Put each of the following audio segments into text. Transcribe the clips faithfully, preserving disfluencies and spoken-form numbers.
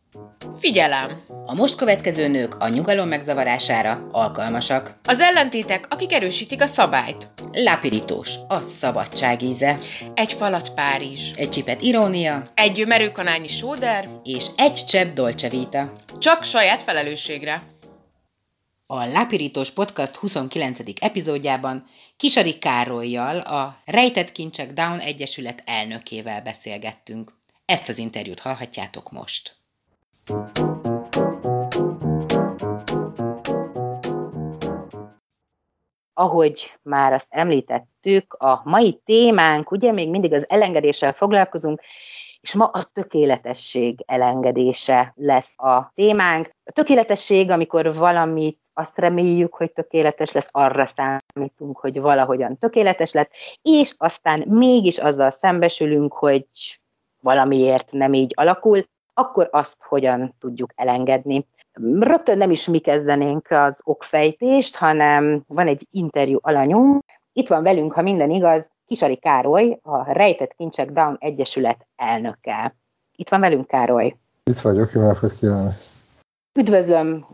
Figyelem! A most következő nők a nyugalom megzavarására alkalmasak. Az ellentétek, akik erősítik a szabályt. Lápirítós, a szabadság íze. Egy falat Párizs. Egy csipet irónia. Egy merőkanálnyi sóder. És egy csepp Dolce Vita. Csak saját felelősségre. A Lápirítós Podcast huszonkilencedik epizódjában Kisari Károllyal, a Rejtett Kincsek Down Egyesület elnökével beszélgettünk. Ezt az interjút hallhatjátok most. Ahogy már azt említettük, a mai témánk ugye még mindig az elengedéssel foglalkozunk, és ma a tökéletesség elengedése lesz a témánk. A tökéletesség, amikor valamit azt reméljük, hogy tökéletes lesz, arra számítunk, hogy valahogyan tökéletes lesz, és aztán mégis azzal szembesülünk, hogy valamiért nem így alakul, akkor azt hogyan tudjuk elengedni. Rögtön nem is mi kezdenénk az okfejtést, hanem van egy interjú alanyunk. Itt van velünk, ha minden igaz, Kisari Károly, a Rejtett Kincsek Down Egyesület elnöke. Itt van velünk, Károly. Itt vagyok, jó napot kívánok! Üdvözlöm!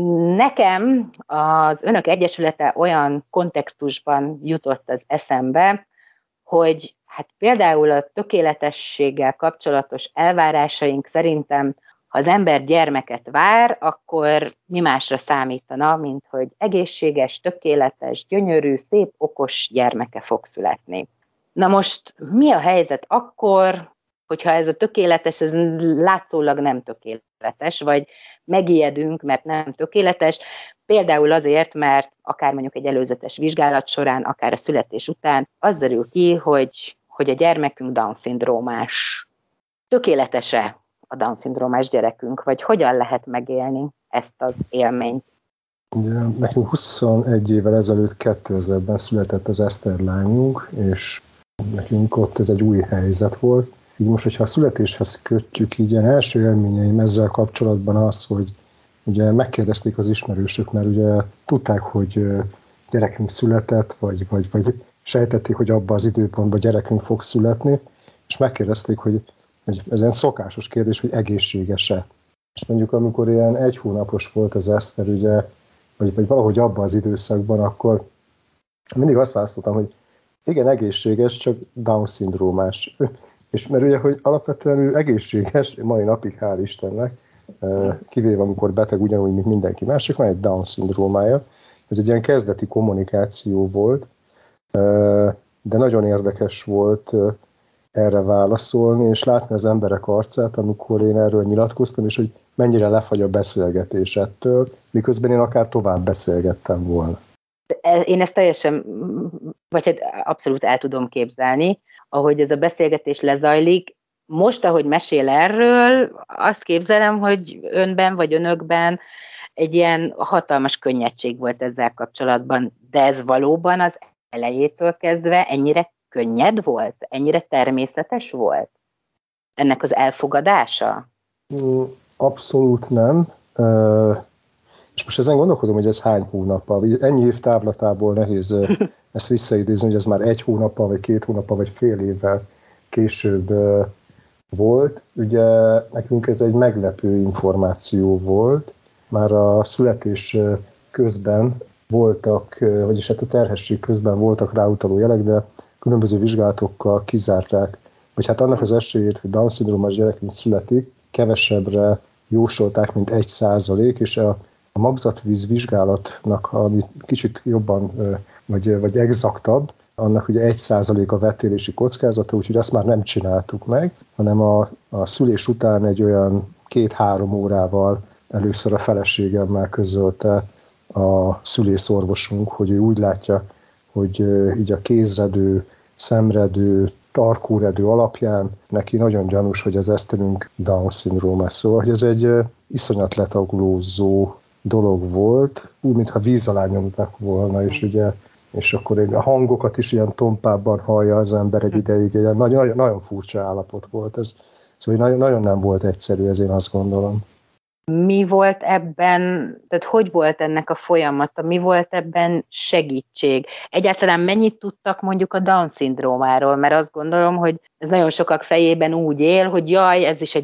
Nekem az önök egyesülete olyan kontextusban jutott az eszembe, hogy hát például a tökéletességgel kapcsolatos elvárásaink szerintem, ha az ember gyermeket vár, akkor mi másra számítana, mint hogy egészséges, tökéletes, gyönyörű, szép, okos gyermeke fog születni. Na most mi a helyzet akkor, hogyha ez a tökéletes, ez látszólag nem tökéletes, vagy megijedünk, mert nem tökéletes, például azért, mert akár mondjuk egy előzetes vizsgálat során, akár a születés után az derül ki, hogy, hogy a gyermekünk Down-szindrómás. Tökéletes-e a Down-szindrómás gyerekünk, vagy hogyan lehet megélni ezt az élményt? Ugye, nekünk huszonegy évvel ezelőtt kétezerben született az Eszter lányunk, és nekünk ott ez egy új helyzet volt. Így most, hogyha a születéshez kötjük, így ilyen első élményeim ezzel kapcsolatban az, hogy ugye megkérdezték az ismerősök, mert ugye tudták, hogy gyerekünk született, vagy, vagy, vagy sejtették, hogy abban az időpontban gyerekünk fog születni, és megkérdezték, hogy, hogy ez egy szokásos kérdés, hogy egészséges-e. És mondjuk, amikor ilyen egy hónapos volt az Eszter, ugye, vagy, vagy valahogy abban az időszakban, akkor mindig azt választottam, hogy igen, egészséges, csak Down-szindrómás. És mert ugye, hogy alapvetően ő egészséges, mai napig, hál' Istennek, kivéve amikor beteg ugyanúgy, mint mindenki más, csak van egy Down-szindrómája. Ez egy ilyen kezdeti kommunikáció volt, de nagyon érdekes volt erre válaszolni, és látni az emberek arcát, amikor én erről nyilatkoztam, és hogy mennyire lefagy a beszélgetés ettől, miközben én akár tovább beszélgettem volna. Én ezt teljesen, vagy hát abszolút el tudom képzelni, ahogy ez a beszélgetés lezajlik. Most, ahogy mesél erről, azt képzelem, hogy önben vagy önökben egy ilyen hatalmas könnyedség volt ezzel kapcsolatban. De ez valóban az elejétől kezdve ennyire könnyed volt? Ennyire természetes volt? Ennek az elfogadása? Abszolút nem. És most ezen gondolkodom, hogy ez hány hónappal, ennyi év távlatából nehéz ezt visszaidézni, hogy ez már egy hónappal, vagy két hónappal, vagy fél évvel később volt. Ugye nekünk ez egy meglepő információ volt. Már a születés közben voltak, vagyis hát a terhesség közben voltak ráutaló jelek, de különböző vizsgálatokkal kizárták, vagy hát annak az esélyét, hogy Down-szindrómás gyerekünk születik, kevesebbre jósolták, mint egy százalék, és a A magzatvíz vizsgálatnak, ami kicsit jobban, vagy, vagy exaktabb, annak ugye egy százalék a vetélési kockázata, úgyhogy azt már nem csináltuk meg, hanem a, a szülés után egy olyan két-három órával először a feleségemmel közölte a szülészorvosunk, hogy ő úgy látja, hogy így a kézredő, szemredő, tarkóredő alapján neki nagyon gyanús, hogy az Eszterünk Down-szindrómás. Szóval, hogy ez egy iszonyat letaglózó dolog volt, úgy, mintha víz alá nyomtak volna, és ugye, és akkor a hangokat is ilyen tompábban hallja az ember egy ideig, nagyon, nagyon, nagyon furcsa állapot volt ez. Szóval nagyon, nagyon nem volt egyszerű, ez én azt gondolom. Mi volt ebben, tehát hogy volt ennek a folyamata, mi volt ebben segítség? Egyáltalán mennyit tudtak mondjuk a Down-szindrómáról, mert azt gondolom, hogy ez nagyon sokak fejében úgy él, hogy jaj, ez is egy olyan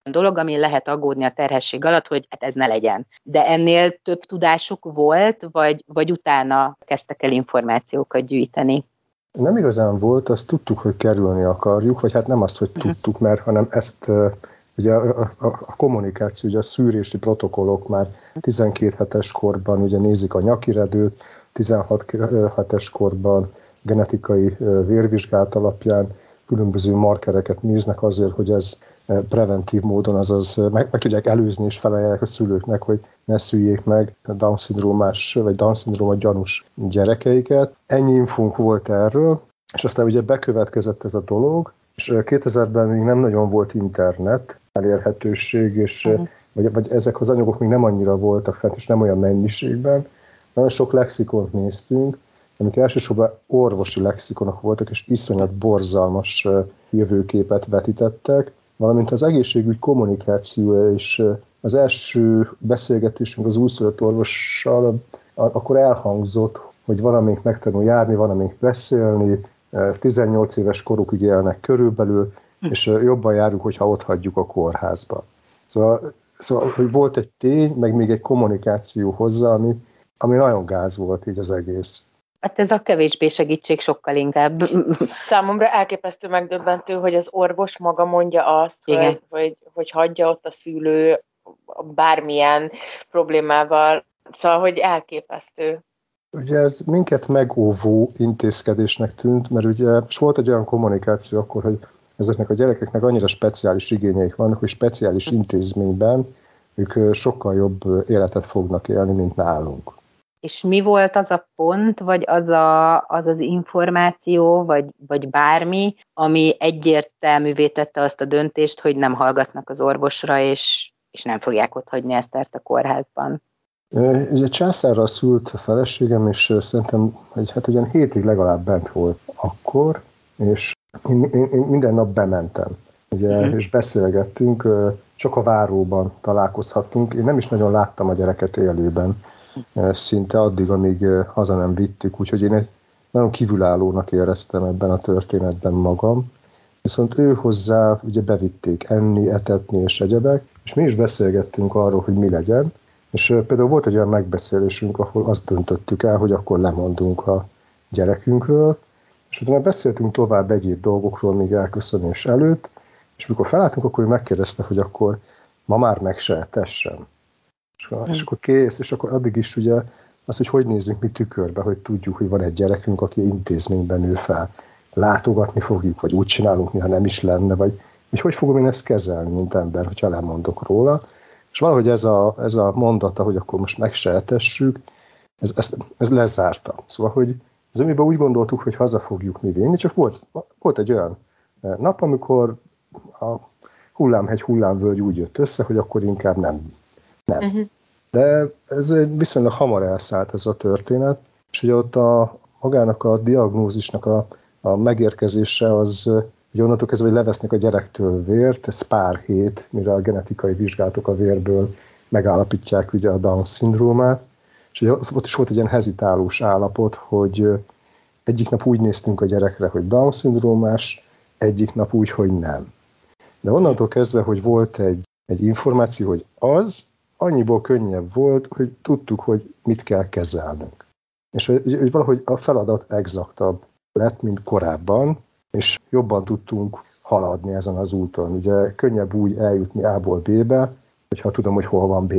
dolog, ami lehet aggódni a terhesség alatt, hogy hát ez ne legyen. De ennél több tudásuk volt, vagy, vagy utána kezdtek el információkat gyűjteni? Nem igazán volt, azt tudtuk, hogy kerülni akarjuk, vagy hát nem azt, hogy tudtuk, mert hanem ezt ugye a, a, a kommunikáció, ugye a szűrési protokollok már tizenkét hetes korban ugye nézik a nyakiredőt, tizenhat hetes korban genetikai vérvizsgálat alapján különböző markereket néznek azért, hogy ez preventív módon, azaz meg, meg tudják előzni és feleljenek a szülőknek, hogy ne szüljék meg Down-szindrómás vagy Down-szindróma gyanús gyerekeiket. Ennyi infónk volt erről, és aztán ugye bekövetkezett ez a dolog, és kétezerben még nem nagyon volt internet elérhetőség, és uh-huh. vagy, vagy ezek az anyagok még nem annyira voltak fent, és nem olyan mennyiségben. Nagyon sok lexikont néztünk, amik elsősorban orvosi lexikonok voltak, és iszonyat borzalmas jövőképet vetítettek, valamint az egészségügy kommunikációja is. Az első beszélgetésünk az újszülött orvossal, akkor elhangzott, hogy valamelyik megtanul járni, valamelyik beszélni, tizennyolc éves korukig élnek körülbelül, és jobban járunk, hogyha ott hagyjuk a kórházba. Szóval, szóval hogy volt egy tény, meg még egy kommunikáció hozzá, ami, ami nagyon gáz volt így az egész. Hát ez a kevésbé segítség sokkal inkább. Számomra elképesztő megdöbbentő, hogy az orvos maga mondja azt, hogy, hogy, hogy hagyja ott a szülő bármilyen problémával. Szóval, hogy elképesztő. Ugye ez minket megóvó intézkedésnek tűnt, mert ugye és volt egy olyan kommunikáció akkor, hogy ezeknek a gyerekeknek annyira speciális igényeik vannak, hogy speciális intézményben ők sokkal jobb életet fognak élni, mint nálunk. És mi volt az a pont, vagy az a, az, az információ, vagy, vagy bármi, ami egyértelművé tette azt a döntést, hogy nem hallgatnak az orvosra, és, és nem fogják otthagyni Esztert a kórházban? Ugye császárral szült a feleségem, és szerintem hogy hát ugyan hétig legalább bent volt akkor, és én, én, én minden nap bementem, ugye, mm. és beszélgettünk, csak a váróban találkozhattunk. Én nem is nagyon láttam a gyereket élőben, szinte addig, amíg haza nem vittük, úgyhogy én egy nagyon kívülállónak éreztem ebben a történetben magam. Viszont ő hozzá ugye bevitték enni, etetni és egyebek, és mi is beszélgettünk arról, hogy mi legyen. És például volt egy olyan megbeszélésünk, ahol azt döntöttük el, hogy akkor lemondunk a gyerekünkről, és utána beszéltünk tovább egyéb dolgokról, még elköszönés előtt, és mikor felálltunk, akkor ő megkérdezte, hogy akkor ma már meg se etessem. És, hmm. és akkor kész, és akkor addig is ugye az, hogy hogy nézzünk mi tükörbe, hogy tudjuk, hogy van egy gyerekünk, aki intézményben nő fel. Látogatni fogjuk, vagy úgy csinálunk, mintha nem is lenne, vagy hogy hogy fogom én ezt kezelni, mint ember, hogyha lemondok róla. És valahogy ez a, ez a mondata, hogy akkor most meg se etessük, ez, ez, ez lezárta. Szóval, hogy zömében úgy gondoltuk, hogy haza fogjuk mi vinni, csak volt, volt egy olyan nap, amikor a hullámhegy, hullámvölgy úgy jött össze, hogy akkor inkább nem. nem. Uh-huh. De ez viszonylag hamar elszállt ez a történet, és ugye ott a magának a diagnózisnak a, a megérkezése az, hogy onnantól kezdve, hogy levesznek a gyerektől vért, ez pár hét, mire a genetikai vizsgálatok a vérből megállapítják ugye a Down-szindrómát, és ugye ott is volt egy ilyen hezitálós állapot, hogy egyik nap úgy néztünk a gyerekre, hogy Down-szindrómás, egyik nap úgy, hogy nem. De onnantól kezdve, hogy volt egy, egy információ, hogy az, annyiból könnyebb volt, hogy tudtuk, hogy mit kell kezelnünk. És hogy, hogy valahogy a feladat exaktabb lett, mint korábban, és jobban tudtunk haladni ezen az úton. Ugye könnyebb úgy eljutni A-ból B-be, hogyha tudom, hogy hol van B.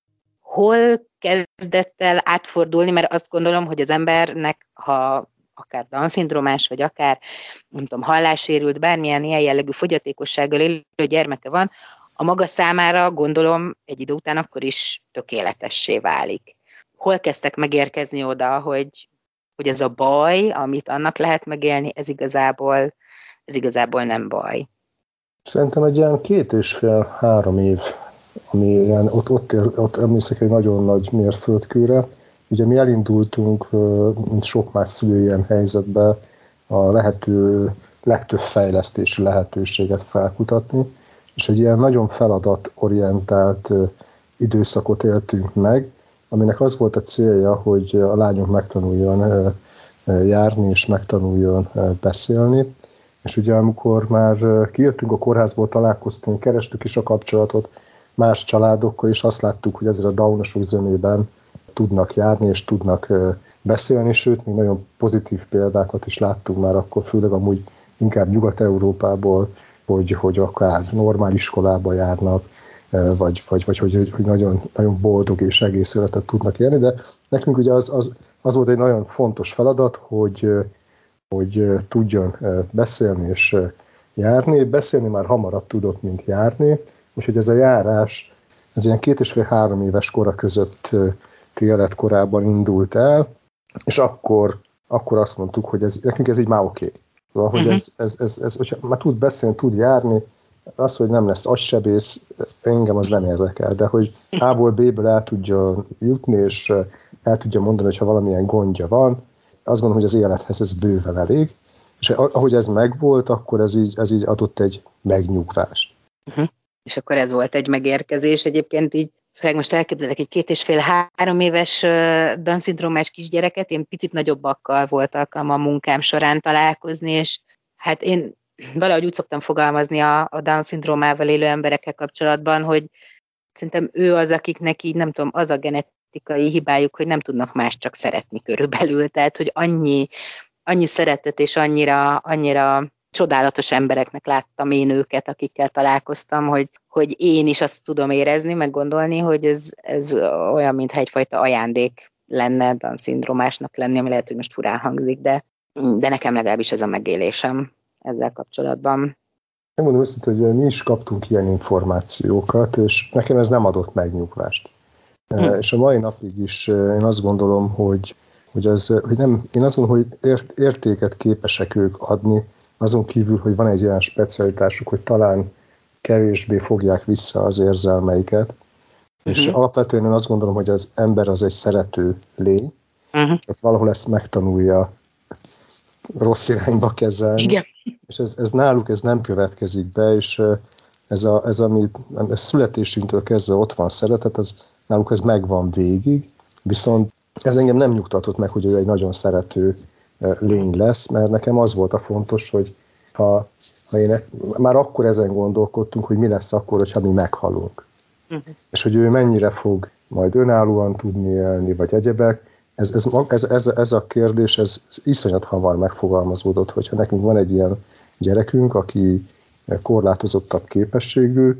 Hol kezdett el átfordulni, mert azt gondolom, hogy az embernek, ha akár Down-szindrómás, vagy akár, nem tudom, hallássérült, bármilyen ilyen jellegű fogyatékossággal élő gyermeke van, a maga számára gondolom egy idő után akkor is tökéletessé válik. Hol kezdtek megérkezni oda, hogy, hogy ez a baj, amit annak lehet megélni, ez igazából, ez igazából nem baj? Szerintem egy ilyen két és fél, három év, ami ilyen, ott, ott, ott emlékszek egy nagyon nagy mérföldkőre. Ugye mi elindultunk, mint sok más szülő ilyen helyzetben, a lehető legtöbb fejlesztési lehetőséget felkutatni, és egy ilyen nagyon feladatorientált időszakot éltünk meg, aminek az volt a célja, hogy a lányunk megtanuljon járni és megtanuljon beszélni. És ugye amikor már kijöttünk a kórházból, találkoztunk, kerestük is a kapcsolatot más családokkal, és azt láttuk, hogy ezzel a Downosok zömében tudnak járni, és tudnak beszélni, sőt, még nagyon pozitív példákat is láttunk már akkor, főleg amúgy inkább Nyugat-Európából, hogy, hogy akár normál iskolába járnak, vagy, vagy, vagy hogy, hogy nagyon, nagyon boldog és egész életet tudnak élni, de nekünk ugye az, az, az volt egy nagyon fontos feladat, hogy, hogy tudjon beszélni és járni. Beszélni már hamarabb tudott, mint járni, úgyhogy ez a járás, ez ilyen két és fél három éves kora között életkorában indult el, és akkor, akkor azt mondtuk, hogy ez, nekünk ez így már oké. Okay. Szóval, hogy ez, ez, ez, ez, hogyha már tud beszélni, tud járni, az, hogy nem lesz agysebész, engem az nem érdekel, de hogy A-ból B-ből el tudja jutni, és el tudja mondani, hogyha valamilyen gondja van, azt gondolom, hogy az élethez ez bőven elég, és ahogy ez megvolt, akkor ez így, ez így adott egy megnyugvást. Uh-huh. És akkor ez volt egy megérkezés, egyébként így, főleg most elképzelek egy két és fél három éves Down-szindrómás kisgyereket, én picit nagyobbakkal volt alkalmam a munkám során találkozni, és hát én valahogy úgy szoktam fogalmazni a, a Down-szindrómával élő emberekkel kapcsolatban, hogy szerintem ő az, akiknek így nem tudom, az a genetikai hibájuk, hogy nem tudnak más csak szeretni körülbelül, tehát hogy annyi, annyi szeretet és annyira, annyira csodálatos embereknek láttam én őket, akikkel találkoztam, hogy, hogy én is azt tudom érezni, meg gondolni, hogy ez, ez olyan, mintha egyfajta ajándék lenne Down-szindrómásnak lenni, ami lehet, hogy most furán hangzik, de, de nekem legalábbis ez a megélésem ezzel kapcsolatban. Megmondom őszintén, hogy mi is kaptunk ilyen információkat, és nekem ez nem adott megnyugvást. Hm. És a mai napig is én azt gondolom, hogy, hogy, ez, hogy nem, én azt gondolom, hogy ért, értéket képesek ők adni, azon kívül, hogy van egy olyan specialitásuk, hogy talán kevésbé fogják vissza az érzelmeiket. Uh-huh. És alapvetően én azt gondolom, hogy az ember az egy szerető lény, uh-huh. valahol ezt megtanulja rossz irányba kezelni. Igen. És ez, ez náluk ez nem következik be, és ez, a, ez ami ez születésünktől kezdve ott van szeretet, az náluk ez megvan végig, viszont ez engem nem nyugtatott meg, hogy ő egy nagyon szerető lény lesz, mert nekem az volt a fontos, hogy ha, ha én, már akkor ezen gondolkodtunk, hogy mi lesz akkor, hogyha mi meghalunk. Uh-huh. És hogy ő mennyire fog majd önállóan tudni élni, vagy egyebek. Ez, ez, ez, ez, ez a kérdés, ez iszonyat hamar megfogalmazódott, hogyha nekünk van egy ilyen gyerekünk, aki korlátozottabb képességű,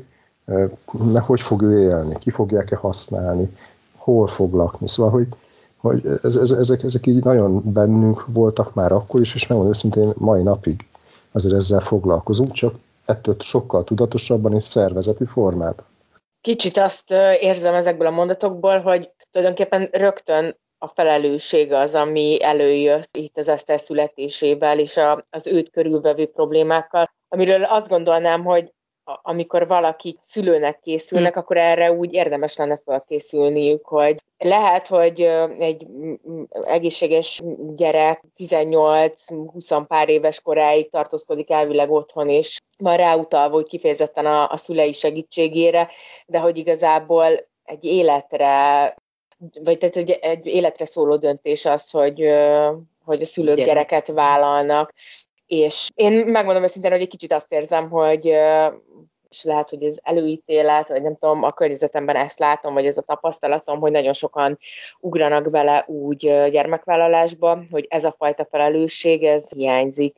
hogy fog ő élni, ki fogják-e használni, hol fog lakni. Szóval, hogy hogy ez, ez, ezek, ezek így nagyon bennünk voltak már akkor is, és megmondom őszintén mai napig azért ezzel foglalkozunk, csak ettől sokkal tudatosabban és szervezeti formában. Kicsit azt érzem ezekből a mondatokból, hogy tulajdonképpen rögtön a felelősség az, ami előjött itt az Eszter születésével és a, az őt körülvevő problémákkal, amiről azt gondolnám, hogy amikor valaki szülőnek készülnek, akkor erre úgy érdemes lenne felkészülniük, hogy lehet, hogy egy egészséges gyerek tizennyolc-húsz pár éves koráig tartózkodik elvileg otthon, és van ráutalva, hogy kifejezetten a, a szülei segítségére, de hogy igazából egy életre, vagy tehát egy, egy életre szóló döntés az, hogy, hogy a szülők Gyere. gyereket vállalnak. És én megmondom őszintén, hogy egy kicsit azt érzem, hogy és lehet, hogy ez előítélet, vagy nem tudom, a környezetemben ezt látom, vagy ez a tapasztalatom, hogy nagyon sokan ugranak bele úgy gyermekvállalásba, hogy ez a fajta felelősség, ez hiányzik.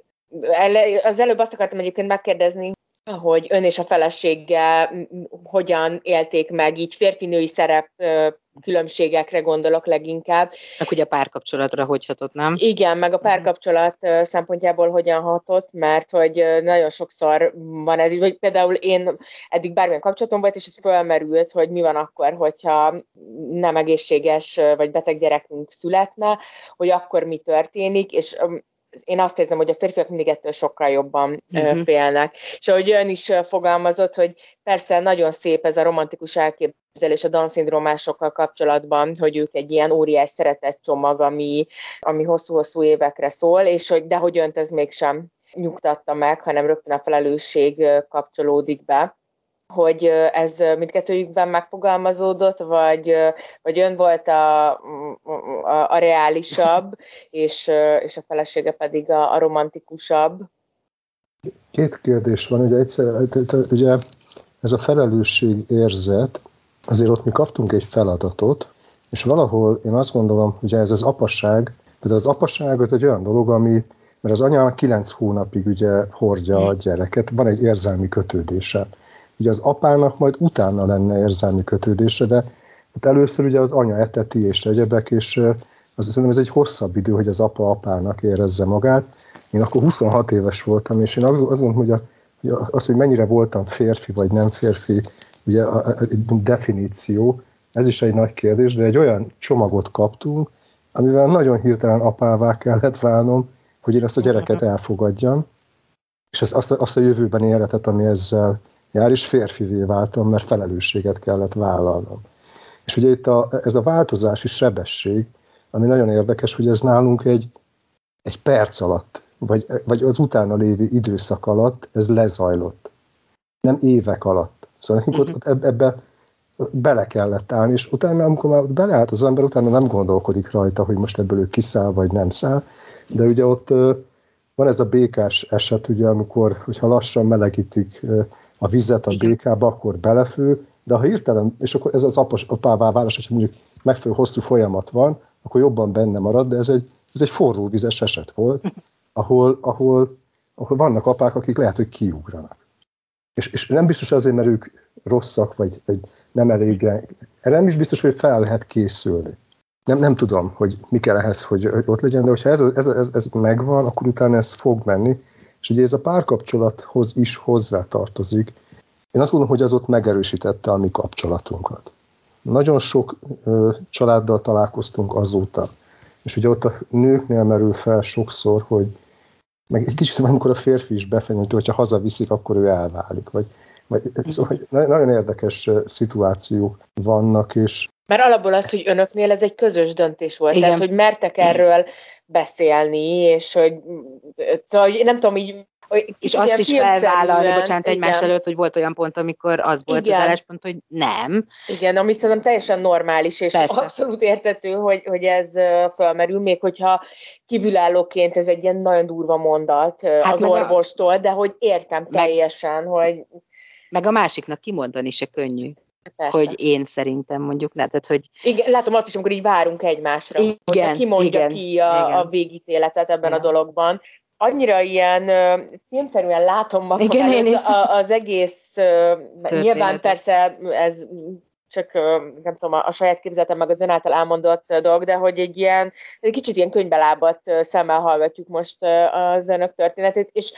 Az előbb azt akartam egyébként megkérdezni, hogy ön és a feleséggel hogyan élték meg, így férfi-női szerep különbségekre gondolok leginkább. Meg ugye a párkapcsolatra hogy hatott, nem? Igen, meg a párkapcsolat uh-huh. szempontjából hogyan hatott, mert hogy nagyon sokszor van ez így, hogy például én eddig bármilyen kapcsolatom volt, és ez felmerült, hogy mi van akkor, hogyha nem egészséges vagy beteg gyerekünk születne, hogy akkor mi történik, és én azt érzem, hogy a férfiak mindig ettől sokkal jobban uh-huh. félnek. És ahogy ön is fogalmazott, hogy persze nagyon szép ez a romantikus elképzelés a Down-szindrómásokkal kapcsolatban, hogy ők egy ilyen óriás szeretetcsomag, ami, ami hosszú-hosszú évekre szól, és hogy, de hogy önt ez mégsem nyugtatta meg, hanem rögtön a felelősség kapcsolódik be. Hogy ez mindkettőjükben megfogalmazódott, vagy, vagy ön volt a, a, a reálisabb, és, és a felesége pedig a, a romantikusabb? Két kérdés van, ugye egyszer, ugye ez a felelősségérzet, azért ott mi kaptunk egy feladatot, és valahol én azt gondolom, hogy ez az apaság, például az apaság az egy olyan dolog, ami, mert az anya kilenc hónapig ugye hordja a gyereket, van egy érzelmi kötődése. Ugye az apának majd utána lenne érzelmi kötődése, de hát először ugye az anya eteti és egyebek, és az szerintem ez egy hosszabb idő, hogy az apa apának érezze magát. Én akkor huszonhat éves voltam, és én azt gondolom, hogy, a, hogy az, hogy mennyire voltam férfi vagy nem férfi, ugye a, a, a definíció, ez is egy nagy kérdés, de egy olyan csomagot kaptunk, amivel nagyon hirtelen apává kellett válnom, hogy én ezt a gyereket elfogadjam, és ezt, azt, a, azt a jövőben életet, ami ezzel jár, és férfivé váltam, mert felelősséget kellett vállalnom. És ugye itt a, ez a változási sebesség, ami nagyon érdekes, hogy ez nálunk egy, egy perc alatt, vagy, vagy az utána lévő időszak alatt ez lezajlott. Nem évek alatt. Szóval nekünk ott, ott ebbe bele kellett állni, és utána, amikor már beleállt az ember, utána nem gondolkodik rajta, hogy most ebből ő kiszáll, vagy nem száll. De ugye ott van ez a békás eset, ugye, amikor, hogyha lassan melegítik a vizet a békába, akkor belefő, de ha hirtelen, és akkor ez az apos, apává válás, hogyha mondjuk megfelelő hosszú folyamat van, akkor jobban benne marad, de ez egy, ez egy forró vizes eset volt, ahol, ahol, ahol vannak apák, akik lehet, hogy kiugranak. És, és nem biztos azért, mert ők rosszak, vagy, vagy nem elég, erre nem is biztos, hogy fel lehet készülni. Nem, nem tudom, hogy mi kell ehhez, hogy ott legyen, de hogyha ez, ez, ez, ez megvan, akkor utána ez fog menni, és ugye ez a párkapcsolathoz is hozzátartozik. Én azt gondolom, hogy az ott megerősítette a mi kapcsolatunkat. Nagyon sok ö, családdal találkoztunk azóta, és ugye ott a nőknél merül fel sokszor, hogy meg egy kicsit, amikor a férfi is befenyítő, hogyha hazaviszik, akkor ő elválik. Vagy, vagy, szóval nagyon érdekes szituációciók vannak, és mert alapból az, hogy önöknél ez egy közös döntés volt, igen. Tehát, hogy mertek erről beszélni, és hogy szóval, én nem tudom, így és azt is felvállalni, bocsánat, egymás igen. előtt, hogy volt olyan pont, amikor az volt igen. az álláspont, hogy nem. Igen, ami szerintem teljesen normális, és persze. Abszolút értető, hogy, hogy ez fölmerül, még hogyha kívülállóként ez egy ilyen nagyon durva mondat hát az orvostól, a... de hogy értem meg... teljesen, hogy... Meg a másiknak kimondani se könnyű. Persze. Hogy én szerintem mondjuk, tehát, hogy... Igen, látom azt is, amikor így várunk egymásra, igen, hogy ki mondja igen, ki a, igen. a végítéletet ebben igen. a dologban. Annyira ilyen uh, filmszerűen látom magam igen, az, az egész, uh, nyilván persze ez csak uh, nem tudom, a, a saját képzeletem meg az ön által elmondott uh, dolog, de hogy egy ilyen, egy kicsit ilyen könyvbelábat uh, szemmel hallgatjuk most uh, az önök történetét, és,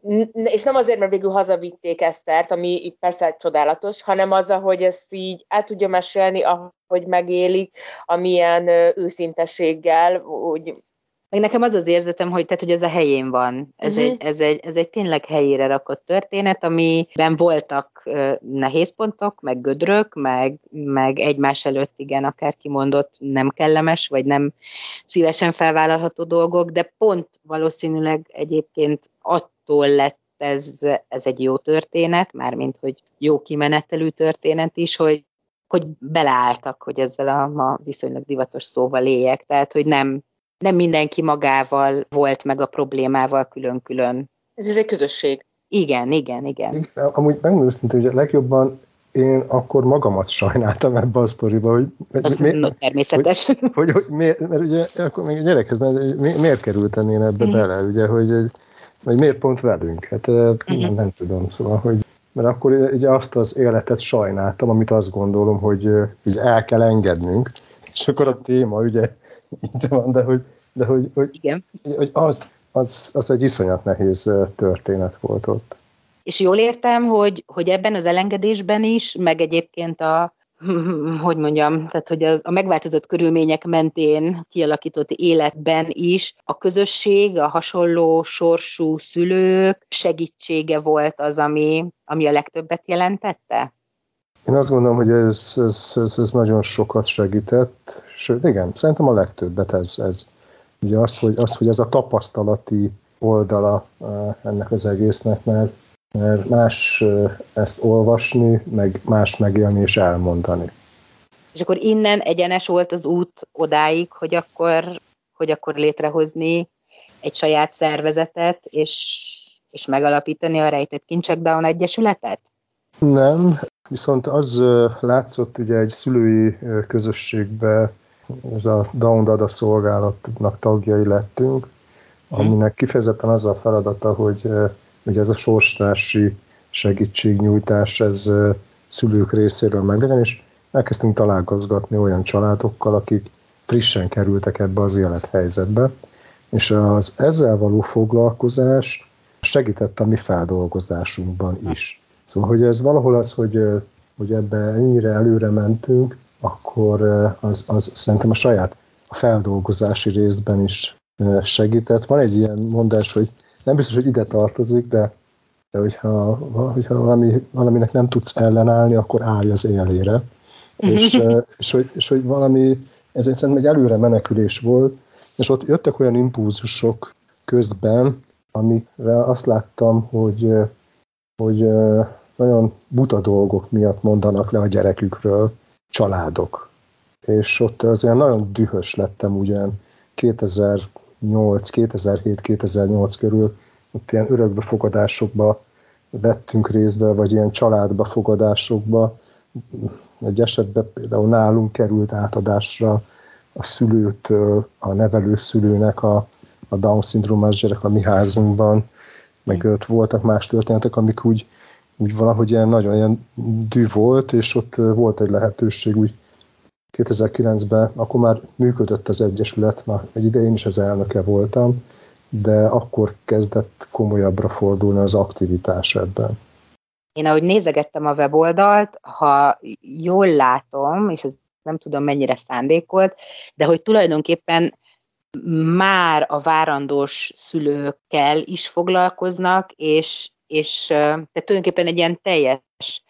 és nem azért, mert végül hazavitték Esztert, ami persze csodálatos, hanem az, hogy ezt így el tudja mesélni, ahogy megélik, amilyen uh, őszintességgel, úgy meg nekem az az érzetem, hogy, tehát, hogy ez a helyén van. Ez, uh-huh. egy, ez, egy, ez egy tényleg helyére rakott történet, amiben voltak uh, nehéz pontok, meg gödrök, meg, meg egymás előtt igen, akár kimondott nem kellemes, vagy nem szívesen felvállalható dolgok, de pont valószínűleg egyébként attól lett ez, ez egy jó történet, mármint, hogy jó kimenetelű történet is, hogy, hogy beleálltak, hogy ezzel a, a viszonylag divatos szóval éljek, tehát, hogy nem Nem mindenki magával volt, meg a problémával külön-külön. Ez egy közösség. Igen, igen, igen. Amúgy megmondom őszintén, hogy a legjobban én akkor magamat sajnáltam ebbe a sztoriba, hogy... Az mi, természetes. Hogy, hogy, hogy miért, mert ugye akkor még gyerekhez, mi, miért kerültem én ebbe mm. bele, ugye, hogy, hogy miért pont velünk? Hát mm-hmm. nem tudom, szóval, hogy... Mert akkor ugye azt az életet sajnáltam, amit azt gondolom, hogy ugye el kell engednünk, és akkor a téma ugye így van, de hogy, de hogy, hogy, igen. hogy az, az, az egy iszonyat nehéz történet volt ott. És jól értem, hogy, hogy ebben az elengedésben is, meg egyébként a, hogy mondjam, tehát hogy a, a megváltozott körülmények mentén kialakított életben is a közösség, a hasonló sorsú szülők segítsége volt az, ami, ami a legtöbbet jelentette? Én azt gondolom, hogy ez, ez, ez, ez nagyon sokat segített, sőt, igen, szerintem a legtöbbet ez. ez. Ugye az hogy, az, hogy ez a tapasztalati oldala ennek az egésznek, mert, mert más ezt olvasni, meg más megélni és elmondani. És akkor innen egyenes volt az út odáig, hogy akkor, hogy akkor létrehozni egy saját szervezetet, és és megalapítani a Rejtett Kincsek Down Egyesületet? Nem, viszont az látszott ugye egy szülői közösségbe, ez a Down Dada szolgálatnak tagjai lettünk, aminek kifejezetten az a feladata, hogy ugye ez a sorstársi segítségnyújtás, ez szülők részéről meglegyen, és elkezdtünk találkozgatni olyan családokkal, akik frissen kerültek ebbe az élethelyzetbe, és az ezzel való foglalkozás segített a mi feldolgozásunkban is. Szóval, hogy ez valahol az, hogy, hogy ebbe ennyire előre mentünk, akkor az, az szerintem a saját a feldolgozási részben is segített. Van egy ilyen mondás, hogy nem biztos, hogy ide tartozik, de, de hogyha, hogyha valami, valaminek nem tudsz ellenállni, akkor állj az élére. és, és, hogy, és hogy valami, ez szerintem egy előre menekülés volt, és ott jöttek olyan impulzusok közben, amikre azt láttam, hogy, hogy nagyon buta dolgok miatt mondanak le a gyerekükről családok. És ott az olyan nagyon dühös lettem ugyan kétezer-nyolc, kétezer-hét, kétezer-nyolc körül, ott ilyen örökbefogadásokba vettünk részbe, vagy ilyen családbefogadásokba. Egy esetben például nálunk került átadásra a szülőtől, a nevelőszülőnek a, a Down-szindrómás gyerek a mi házunkban, meg ott voltak más történetek, amik úgy, úgy valahogy ilyen nagyon ilyen dű volt, és ott volt egy lehetőség, úgy kétezer-kilencben, akkor már működött az Egyesület, már egy idején is az elnöke voltam, de akkor kezdett komolyabbra fordulni az aktivitás ebben. Én ahogy nézegettem a weboldalt, ha jól látom, és ez nem tudom mennyire szándékolt, de hogy tulajdonképpen már a várandós szülőkkel is foglalkoznak, és, és tehát tulajdonképpen egy ilyen teljes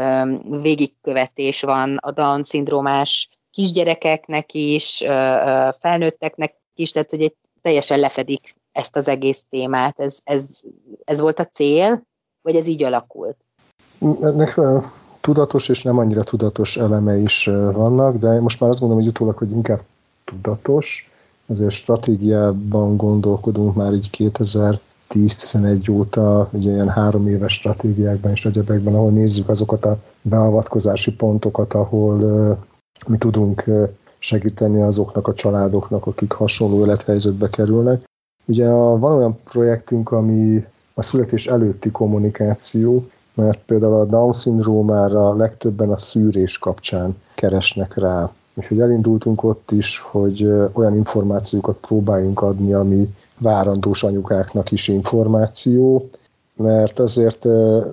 végigkövetés van a Down-szindrómás kisgyerekeknek is, felnőtteknek is, tehát hogy egy teljesen lefedik ezt az egész témát. Ez, ez, ez volt a cél, vagy ez így alakult? Ennek tudatos és nem annyira tudatos eleme is vannak, de most már azt gondolom, hogy utólag, hogy inkább tudatos, ezért stratégiában gondolkodunk már így kétezer-tíz-tizenegy óta, ugye ilyen három éves stratégiákban és egyebekben, ahol nézzük azokat a beavatkozási pontokat, ahol uh, mi tudunk uh, segíteni azoknak a családoknak, akik hasonló élethelyzetbe kerülnek. Ugye a, van olyan projektünk, ami a születés előtti kommunikáció, mert például a Down-szindrómára legtöbben a szűrés kapcsán keresnek rá. Úgyhogy elindultunk ott is, hogy olyan információkat próbáljunk adni, ami várandós anyukáknak is információ, mert azért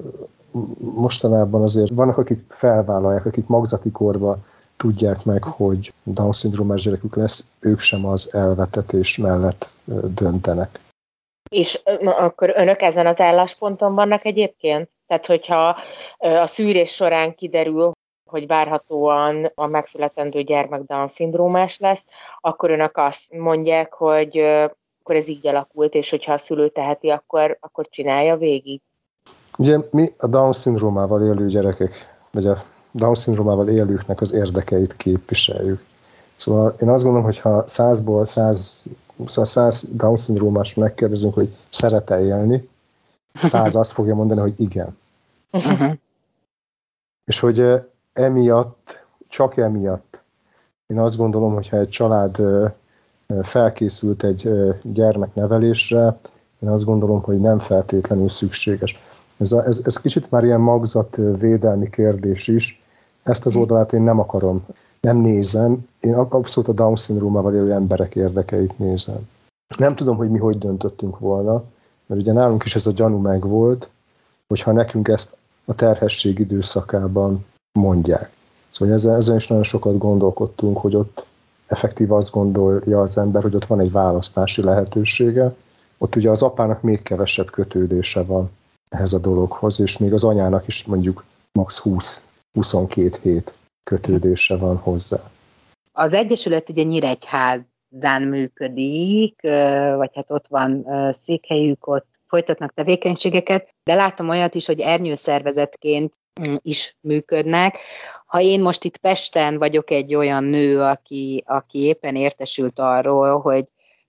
mostanában azért vannak, akik felvállalják, akik magzati korban tudják meg, hogy Down-szindrómás gyerekük lesz, ők sem az elvetetés mellett döntenek. És na, akkor önök ezen az állásponton vannak egyébként? Tehát, hogyha a szűrés során kiderül, hogy várhatóan a megszületendő gyermek Down-szindrómás lesz, akkor önök azt mondják, hogy akkor ez így alakult, és hogyha a szülő teheti, akkor, akkor csinálja végig. Ugye mi a Down-szindrómával élő gyerekek, vagy a Down-szindrómával élőknek az érdekeit képviseljük. Szóval én azt gondolom, hogy ha százból száz, szóval száz Down-szindrómás megkérdezünk, hogy szeret-e élni, száz azt fogja mondani, hogy igen. Uh-huh. És hogy emiatt, csak emiatt, én azt gondolom, hogyha egy család felkészült egy gyermeknevelésre, én azt gondolom, hogy nem feltétlenül szükséges. Ez, a, ez, ez kicsit már ilyen magzatvédelmi kérdés is. Ezt az oldalát én nem akarom, nem nézem. Én abszolút a Down-szindrómával élő emberek érdekeit nézem. Nem tudom, hogy mi hogy döntöttünk volna, mert ugye nálunk is ez a gyanú megvolt, hogyha nekünk ezt a terhesség időszakában mondják. Szóval ezen, ezen is nagyon sokat gondolkodtunk, hogy ott effektív azt gondolja az ember, hogy ott van egy választási lehetősége. Ott ugye az apának még kevesebb kötődése van ehhez a dologhoz, és még az anyának is mondjuk max. húsz-huszonkettő hét kötődése van hozzá. Az Egyesület ugye Nyíregyházán működik, vagy hát ott van székhelyük, ott folytatnak tevékenységeket, de látom olyat is, hogy ernyőszervezetként is működnek. Ha én most itt Pesten vagyok egy olyan nő, aki, aki éppen értesült arról, hogy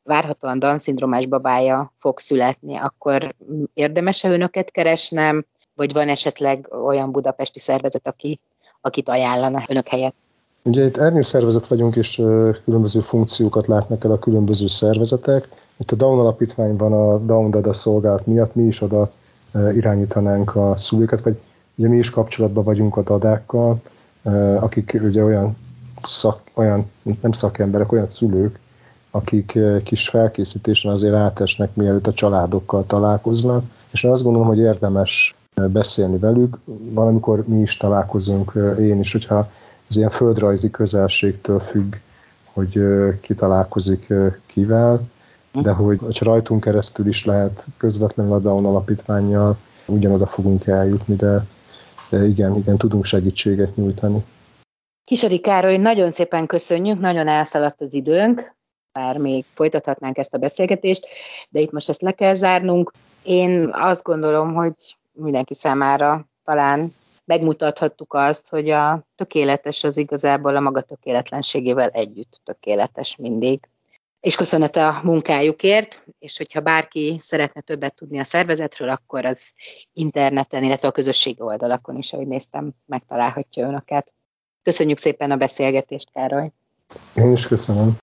várhatóan Down-szindrómás babája fog születni, akkor érdemes-e önöket keresnem, vagy van esetleg olyan budapesti szervezet, aki, akit ajánlana önök helyett? Ugye itt ernyőszervezet vagyunk, és különböző funkciókat látnak el a különböző szervezetek. Itt a Down Alapítványban a Down Dada szolgálat miatt mi is oda irányítanánk a szülőket, vagy ugye mi is kapcsolatban vagyunk a dadákkal, akik ugye olyan, szak, olyan nem szakemberek, olyan szülők, akik kis felkészítésen azért átesnek, mielőtt a családokkal találkoznak, és én azt gondolom, hogy érdemes beszélni velük. Valamikor mi is találkozunk, én is, hogyha ez ilyen földrajzi közelségtől függ, hogy ki találkozik kivel, de hogy, hogyha rajtunk keresztül is lehet közvetlenül a Down Alapítvánnyal, ugyanoda fogunk eljutni, de, de igen, igen, tudunk segítséget nyújtani. Kisari Károly, nagyon szépen köszönjük, nagyon elszaladt az időnk, bár még folytathatnánk ezt a beszélgetést, de itt most ezt le kell zárnunk. Én azt gondolom, hogy mindenki számára talán megmutathattuk azt, hogy a tökéletes az igazából a maga tökéletlenségével együtt tökéletes mindig. És köszönet a munkájukért, és hogyha bárki szeretne többet tudni a szervezetről, akkor az interneten, illetve a közösségi oldalakon is, ahogy néztem, megtalálhatja önöket. Köszönjük szépen a beszélgetést, Károly! Én is köszönöm.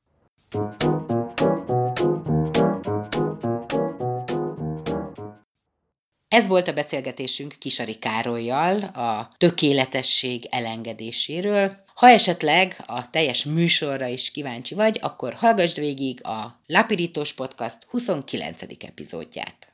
Ez volt a beszélgetésünk Kisari Károllyal a tökéletesség elengedéséről. Ha esetleg a teljes műsorra is kíváncsi vagy, akkor hallgassd végig a Lapirítós Podcast huszonkilencedik epizódját.